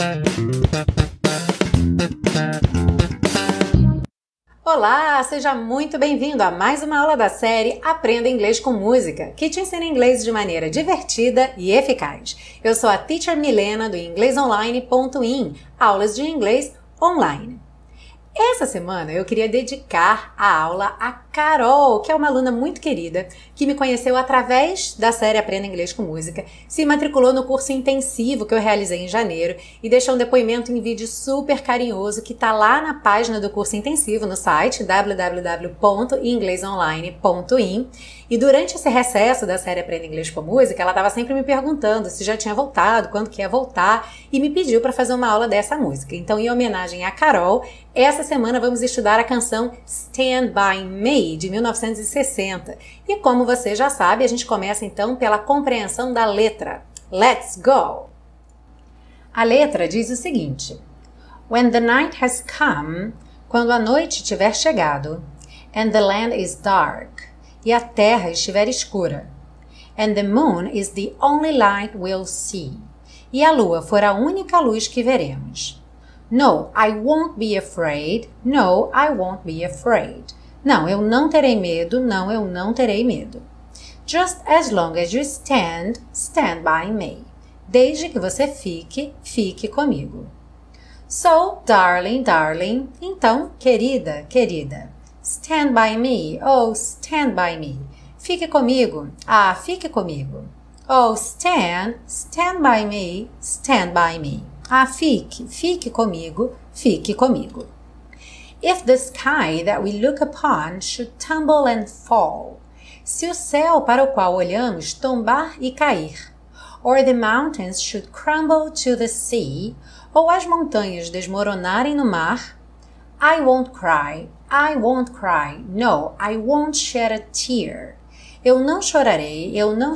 Olá, seja muito bem-vindo a mais uma aula da série Aprenda Inglês com Música, que te ensina inglês de maneira divertida e eficaz. Eu sou a Teacher Milena do inglesonline.in, aulas de inglês online. Essa semana eu queria dedicar a aula a Carol, que é uma aluna muito querida, que me conheceu através da série Aprenda Inglês com Música, se matriculou no curso intensivo que eu realizei em janeiro e deixou um depoimento em vídeo super carinhoso que está lá na página do curso intensivo no site www.inglesonline.in. E durante esse recesso da série Aprenda Inglês com Música, ela estava sempre me perguntando se já tinha voltado, quando que ia voltar, e me pediu para fazer uma aula dessa música. Então, em homenagem a Carol, essa semana vamos estudar a canção Stand By Me, de 1960. E como você já sabe, a gente começa então pela compreensão da letra. Let's go! A letra diz o seguinte: When the night has come, quando a noite tiver chegado, and the land is dark, e a terra estiver escura, and the moon is the only light we'll see, e a lua for a única luz que veremos. No, I won't be afraid. No, I won't be afraid. Não, eu não terei medo. Não, eu não terei medo. Just as long as you stand, stand by me. Desde que você fique, fique comigo. So, darling, darling. Então, querida, querida. Stand by me. Oh, stand by me. Fique comigo. Ah, fique comigo. Oh, stand by me. Stand by me. Ah, fique comigo, fique comigo. If the sky that we look upon should tumble and fall, se o céu para o qual olhamos tombar e cair, or the mountains should crumble to the sea, ou as montanhas desmoronarem no mar, I won't cry, no, I won't shed a tear. Eu não chorarei,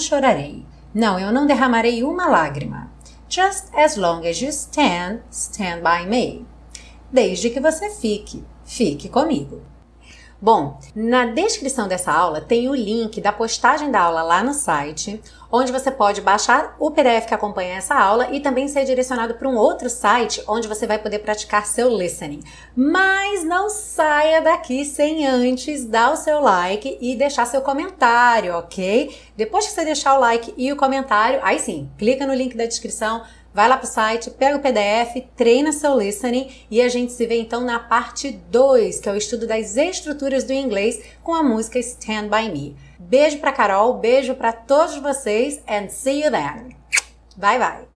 não, eu não derramarei uma lágrima. Just as long as you stand, stand by me. Desde que você fique, fique comigo. Bom, na descrição dessa aula tem o link da postagem da aula lá no site, onde você pode baixar o PDF que acompanha essa aula e também ser direcionado para um outro site onde você vai poder praticar seu listening. Mas não saia daqui sem antes dar o seu like e deixar seu comentário, ok? Depois que você deixar o like e o comentário, aí sim, clica no link da descrição, vai lá pro site, pega o PDF, treina seu listening e a gente se vê então na parte 2, que é o estudo das estruturas do inglês com a música Stand By Me. Beijo pra Carol, beijo pra todos vocês and see you then. Bye bye!